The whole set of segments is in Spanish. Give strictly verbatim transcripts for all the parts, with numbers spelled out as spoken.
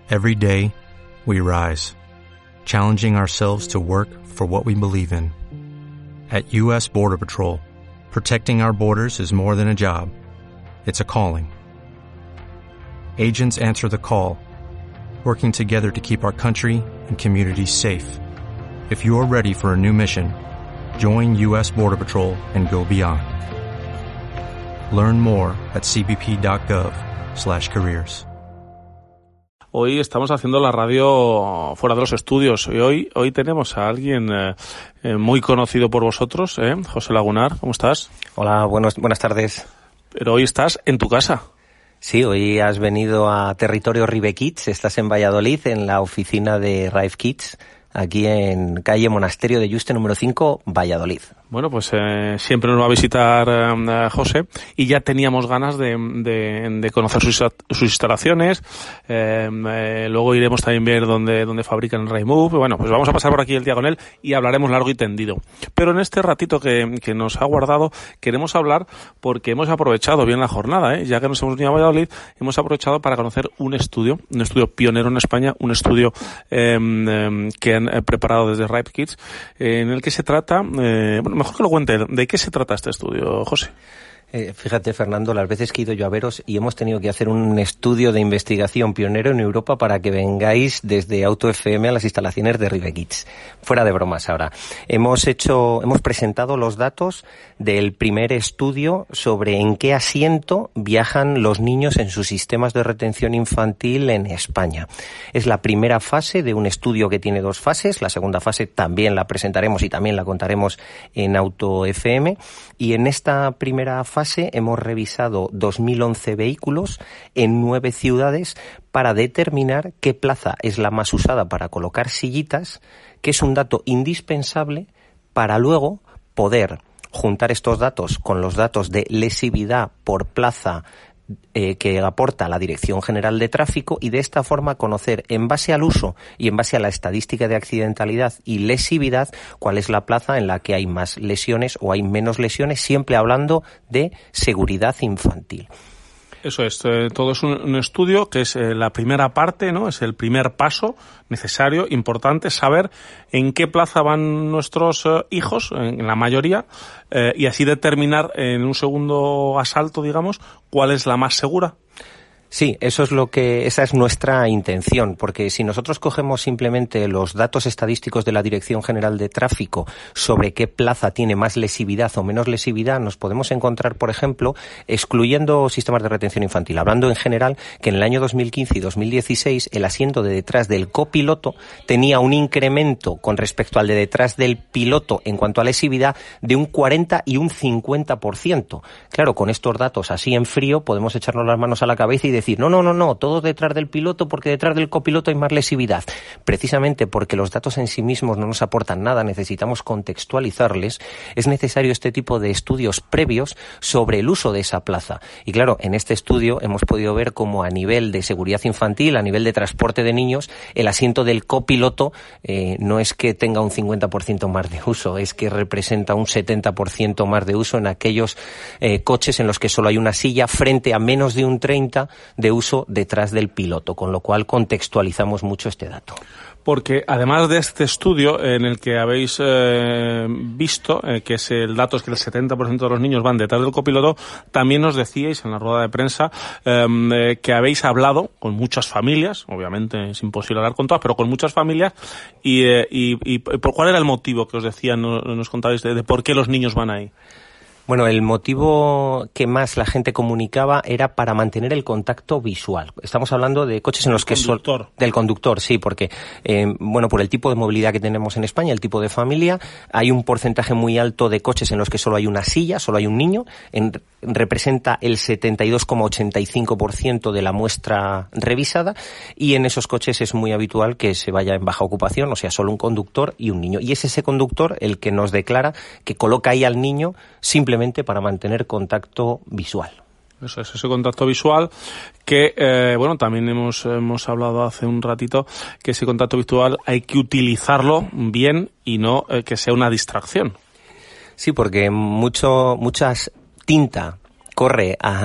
Every day, we rise, challenging ourselves to work for what we believe in. At U S Border Patrol, protecting our borders is more than a job. It's a calling. Agents answer the call, working together to keep our country and communities safe. If you're ready for a new mission, join U S Border Patrol and go beyond. Learn more at cbp.gov slash careers. Hoy estamos haciendo la radio fuera de los estudios y hoy hoy tenemos a alguien eh, eh, muy conocido por vosotros, ¿eh? José Lagunar, ¿cómo estás? Hola, buenos, buenas tardes. Pero hoy estás en tu casa. Sí, hoy has venido a territorio Rive Kids, estás en Valladolid, en la oficina de Rive Kids, aquí en calle Monasterio de Yuste número cinco, Valladolid. Bueno, pues eh, siempre nos va a visitar eh, José y ya teníamos ganas de, de, de conocer sus, sus instalaciones. Eh, eh, luego iremos también a ver dónde, dónde fabrican el Raimove. Bueno, pues vamos a pasar por aquí el día con él y hablaremos largo y tendido. Pero en este ratito que, que nos ha guardado queremos hablar porque hemos aprovechado bien la jornada, ¿eh? Ya que nos hemos venido a Valladolid, hemos aprovechado para conocer un estudio, un estudio pionero en España, un estudio eh, eh, que han preparado desde Rive Kids, eh, en el que se trata, eh, bueno, mejor que lo cuente, ¿de qué se trata este estudio, José? Eh, fíjate, Fernando, las veces que he ido yo a veros y hemos tenido que hacer un estudio de investigación pionero en Europa para que vengáis desde Auto F M a las instalaciones de Rive Kids. Fuera de bromas ahora. Hemos hecho, hemos presentado los datos del primer estudio sobre en qué asiento viajan los niños en sus sistemas de retención infantil en España. Es la primera fase de un estudio que tiene dos fases. La segunda fase también la presentaremos y también la contaremos en Auto F M. Y en esta primera fase hemos revisado dos mil once vehículos en nueve ciudades para determinar qué plaza es la más usada para colocar sillitas, que es un dato indispensable para luego poder juntar estos datos con los datos de lesividad por plaza Eh, que aporta la Dirección General de Tráfico y de esta forma conocer en base al uso y en base a la estadística de accidentalidad y lesividad cuál es la plaza en la que hay más lesiones o hay menos lesiones, siempre hablando de seguridad infantil. Eso es, eh, todo es un, un estudio que es eh, la primera parte, ¿no? Es el primer paso necesario, importante, saber en qué plaza van nuestros eh, hijos, en, en la mayoría, eh, y así determinar en un segundo asalto, digamos, cuál es la más segura. Sí, eso es lo que, esa es nuestra intención, porque si nosotros cogemos simplemente los datos estadísticos de la Dirección General de Tráfico sobre qué plaza tiene más lesividad o menos lesividad, nos podemos encontrar, por ejemplo, excluyendo sistemas de retención infantil, hablando en general que en el año dos mil quince y dos mil dieciséis el asiento de detrás del copiloto tenía un incremento con respecto al de detrás del piloto en cuanto a lesividad de un cuarenta y un cincuenta por ciento. Claro, con estos datos así en frío podemos echarnos las manos a la cabeza y decir decir, no, no, no, no, todo detrás del piloto porque detrás del copiloto hay más lesividad. Precisamente porque los datos en sí mismos no nos aportan nada, necesitamos contextualizarles, es necesario este tipo de estudios previos sobre el uso de esa plaza. Y claro, en este estudio hemos podido ver cómo a nivel de seguridad infantil, a nivel de transporte de niños, el asiento del copiloto eh, no es que tenga un cincuenta por ciento más de uso, es que representa un setenta por ciento más de uso en aquellos eh, coches en los que solo hay una silla frente a menos de un treinta de uso detrás del piloto, con lo cual contextualizamos mucho este dato. Porque además de este estudio en el que habéis eh, visto, eh, que es el dato es que el setenta por ciento de los niños van detrás del copiloto, también nos decíais en la rueda de prensa eh, que habéis hablado con muchas familias, obviamente es imposible hablar con todas, pero con muchas familias, y, eh, y, y ¿por cuál era el motivo que os decían, nos, nos contabais de, de por qué los niños van ahí? Bueno, el motivo que más la gente comunicaba era para mantener el contacto visual. Estamos hablando de coches en los que son del conductor, sí, porque eh, bueno, por el tipo de movilidad que tenemos en España, el tipo de familia, hay un porcentaje muy alto de coches en los que solo hay una silla, solo hay un niño, en, representa el setenta y dos coma ochenta y cinco por ciento de la muestra revisada, y en esos coches es muy habitual que se vaya en baja ocupación, o sea, solo un conductor y un niño. Y es ese conductor el que nos declara que coloca ahí al niño simplemente para mantener contacto visual. Eso es, ese contacto visual que, eh, bueno, también hemos, hemos hablado hace un ratito que ese contacto visual hay que utilizarlo bien y no eh, que sea una distracción. Sí, porque mucho, muchas tinta corre a,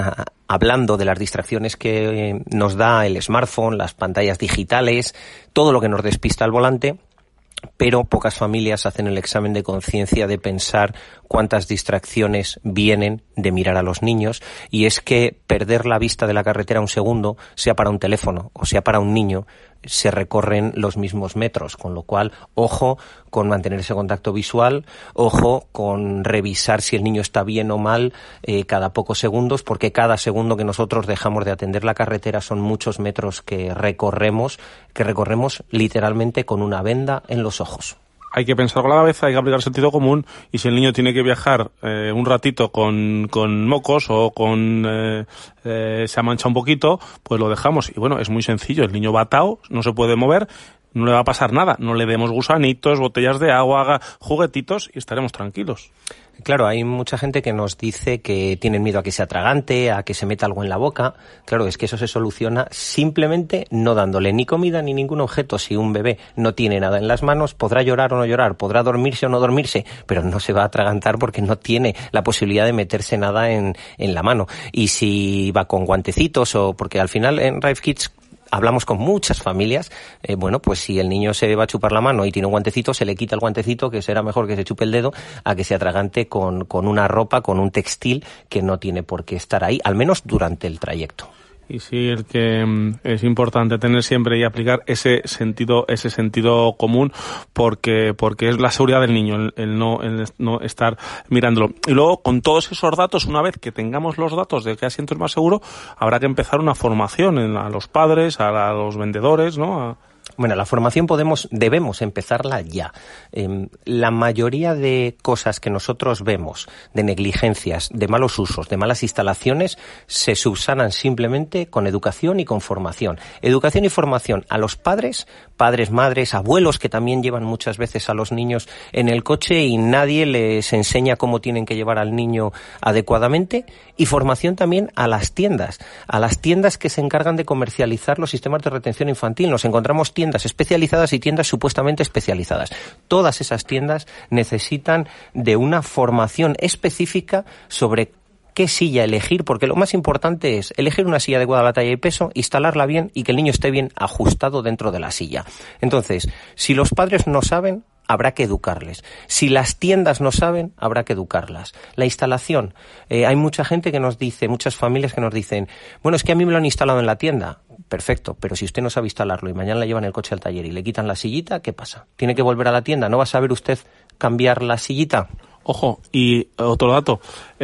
hablando de las distracciones que eh, nos da el smartphone, las pantallas digitales, todo lo que nos despista al volante, pero pocas familias hacen el examen de conciencia de pensar cuántas distracciones vienen de mirar a los niños, y es que perder la vista de la carretera un segundo, sea para un teléfono o sea para un niño, se recorren los mismos metros, con lo cual, ojo con mantener ese contacto visual, ojo con revisar si el niño está bien o mal eh, cada pocos segundos, porque cada segundo que nosotros dejamos de atender la carretera son muchos metros que recorremos, que recorremos literalmente con una venda en los ojos. Hay que pensar con la cabeza, hay que aplicar sentido común, y si el niño tiene que viajar eh, un ratito con, con mocos o con eh, eh, se ha manchado un poquito, pues lo dejamos. Y bueno, es muy sencillo, el niño va atado, no se puede mover, no le va a pasar nada, no le demos gusanitos, botellas de agua, juguetitos y estaremos tranquilos. Claro, hay mucha gente que nos dice que tienen miedo a que se atragante, a que se meta algo en la boca. Claro, es que eso se soluciona simplemente no dándole ni comida ni ningún objeto. Si un bebé no tiene nada en las manos, podrá llorar o no llorar, podrá dormirse o no dormirse, pero no se va a atragantar porque no tiene la posibilidad de meterse nada en, en la mano. Y si va con guantecitos, o porque al final en Rive Kids hablamos con muchas familias, eh, bueno, pues si el niño se va a chupar la mano y tiene un guantecito, se le quita el guantecito, que será mejor que se chupe el dedo a que se atragante con, con una ropa, con un textil que no tiene por qué estar ahí, al menos durante el trayecto. Y sí, el que um, es importante tener siempre y aplicar ese sentido, ese sentido común, porque porque es la seguridad del niño, el, el no el no estar mirándolo. Y luego, con todos esos datos, una vez que tengamos los datos de qué asiento es más seguro, habrá que empezar una formación en, a los padres, a, a los vendedores, ¿no? A... Bueno, la formación podemos, debemos empezarla ya. Eh, la mayoría de cosas que nosotros vemos, de negligencias, de malos usos, de malas instalaciones, se subsanan simplemente con educación y con formación. Educación y formación a los padres, padres, madres, abuelos, que también llevan muchas veces a los niños en el coche y nadie les enseña cómo tienen que llevar al niño adecuadamente, y formación también a las tiendas, a las tiendas que se encargan de comercializar los sistemas de retención infantil. Nos encontramos tiendas especializadas y tiendas supuestamente especializadas. Todas esas tiendas necesitan de una formación específica sobre qué silla elegir, porque lo más importante es elegir una silla adecuada a la talla y peso, instalarla bien y que el niño esté bien ajustado dentro de la silla. Entonces, si los padres no saben, habrá que educarles. Si las tiendas no saben, habrá que educarlas. La instalación. Eh, hay mucha gente que nos dice, muchas familias que nos dicen, bueno, es que a mí me lo han instalado en la tienda. Perfecto, pero si usted no sabe instalarlo y mañana le llevan el coche al taller y le quitan la sillita, ¿qué pasa? ¿Tiene que volver a la tienda? ¿No va a saber usted cambiar la sillita? Ojo, y otro dato,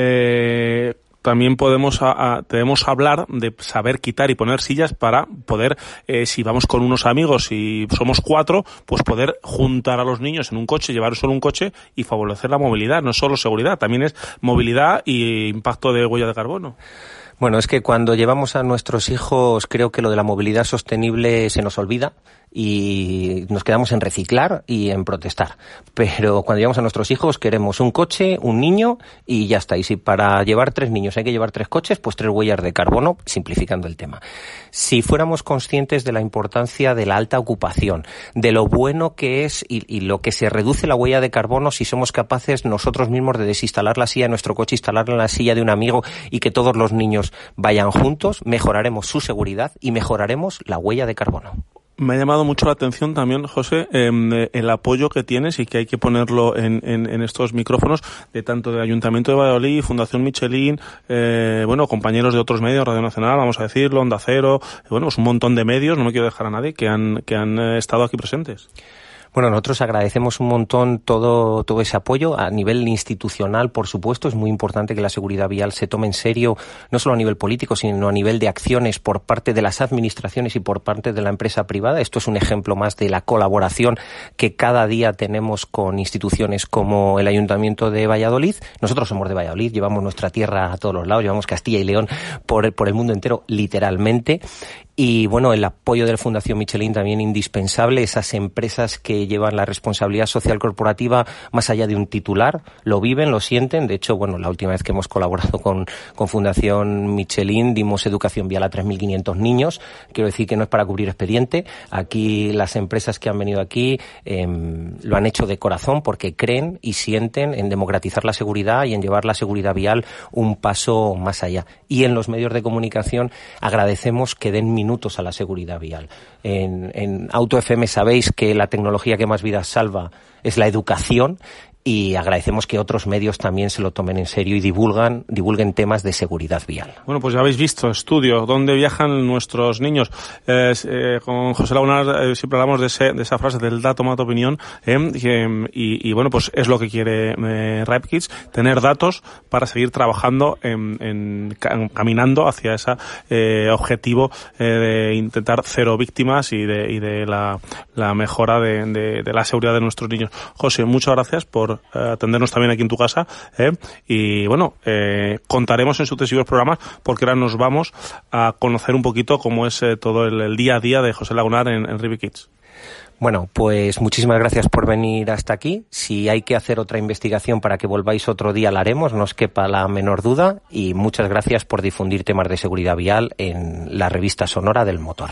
eh, también podemos a, a, debemos hablar de saber quitar y poner sillas para poder, eh, si vamos con unos amigos y somos cuatro, pues poder juntar a los niños en un coche, llevar solo un coche y favorecer la movilidad. No es solo seguridad, también es movilidad y impacto de huella de carbono. Bueno, es que cuando llevamos a nuestros hijos, creo que lo de la movilidad sostenible se nos olvida y nos quedamos en reciclar y en protestar. Pero cuando llevamos a nuestros hijos queremos un coche, un niño y ya está. Y si para llevar tres niños hay que llevar tres coches, pues tres huellas de carbono, simplificando el tema. Si fuéramos conscientes de la importancia de la alta ocupación, de lo bueno que es y, y lo que se reduce la huella de carbono si somos capaces nosotros mismos de desinstalar la silla de nuestro coche, instalarla en la silla de un amigo y que todos los niños vayan juntos, mejoraremos su seguridad y mejoraremos la huella de carbono. Me ha llamado mucho la atención también, José, eh, el apoyo que tienes y que hay que ponerlo en, en, en estos micrófonos de tanto del Ayuntamiento de Valladolid, Fundación Michelin, eh, bueno, compañeros de otros medios, Radio Nacional, vamos a decirlo, Onda Cero, eh, bueno, pues un montón de medios, no me quiero dejar a nadie, que han, que han eh, estado aquí presentes. Bueno, nosotros agradecemos un montón todo todo ese apoyo a nivel institucional, por supuesto. Es muy importante que la seguridad vial se tome en serio, no solo a nivel político, sino a nivel de acciones por parte de las administraciones y por parte de la empresa privada. Esto es un ejemplo más de la colaboración que cada día tenemos con instituciones como el Ayuntamiento de Valladolid. Nosotros somos de Valladolid, llevamos nuestra tierra a todos los lados, llevamos Castilla y León por, por el mundo entero, literalmente. Y bueno, el apoyo de la Fundación Michelin también indispensable, esas empresas que que llevan la responsabilidad social corporativa más allá de un titular, lo viven, lo sienten. De hecho, bueno, la última vez que hemos colaborado con, con Fundación Michelin dimos educación vial a tres mil quinientos niños. Quiero decir que no es para cubrir expediente. Aquí las empresas que han venido aquí eh, lo han hecho de corazón porque creen y sienten en democratizar la seguridad y en llevar la seguridad vial un paso más allá. Y en los medios de comunicación agradecemos que den minutos a la seguridad vial. En, en Auto F M sabéis que la tecnología que más vidas salva es la educación, y agradecemos que otros medios también se lo tomen en serio y divulgan, divulguen temas de seguridad vial. Bueno, pues ya habéis visto, estudio, dónde viajan nuestros niños. Eh, eh, con José Lagunar eh, siempre hablamos de, ese, de esa frase del dato mata opinión, eh, eh, y, y bueno, pues es lo que quiere eh, RipeKids, tener datos para seguir trabajando en, en, en caminando hacia ese eh, objetivo eh, de intentar cero víctimas y de, y de la, la mejora de, de, de la seguridad de nuestros niños. José, muchas gracias por atendernos también aquí en tu casa, ¿eh? Y bueno, eh, contaremos en sucesivos programas, porque ahora nos vamos a conocer un poquito cómo es eh, todo el, el día a día de José Lagunar en, en RipeKids. Bueno, pues muchísimas gracias por venir hasta aquí. Si hay que hacer otra investigación para que volváis otro día, la haremos, no os quepa la menor duda, y muchas gracias por difundir temas de seguridad vial en la revista sonora del motor.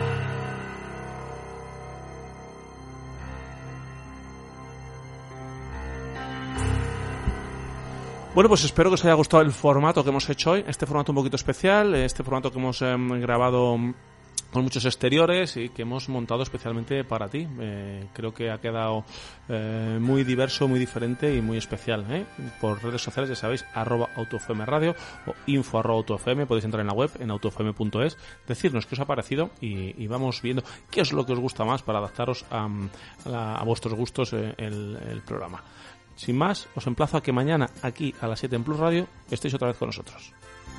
Bueno, pues espero que os haya gustado el formato que hemos hecho hoy, este formato un poquito especial, este formato que hemos eh, grabado con muchos exteriores y que hemos montado especialmente para ti. Eh, creo que ha quedado eh, muy diverso, muy diferente y muy especial. ¿eh? Por redes sociales, ya sabéis, arroba AutoFM Radio o info arroba AutoFM, podéis entrar en la web, en autofm punto es, decirnos qué os ha parecido y, y vamos viendo qué es lo que os gusta más para adaptaros a, a, la, a vuestros gustos eh, el, el programa. Sin más, os emplazo a que mañana, aquí a las siete en Plus Radio, estéis otra vez con nosotros.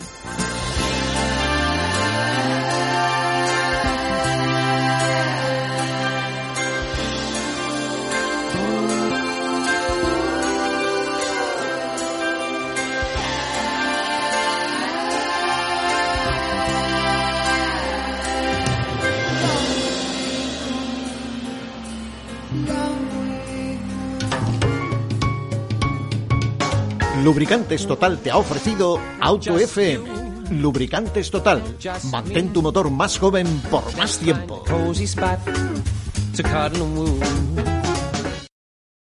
Lubricantes Total te ha ofrecido Auto F M. Lubricantes Total. Mantén tu motor más joven por más tiempo.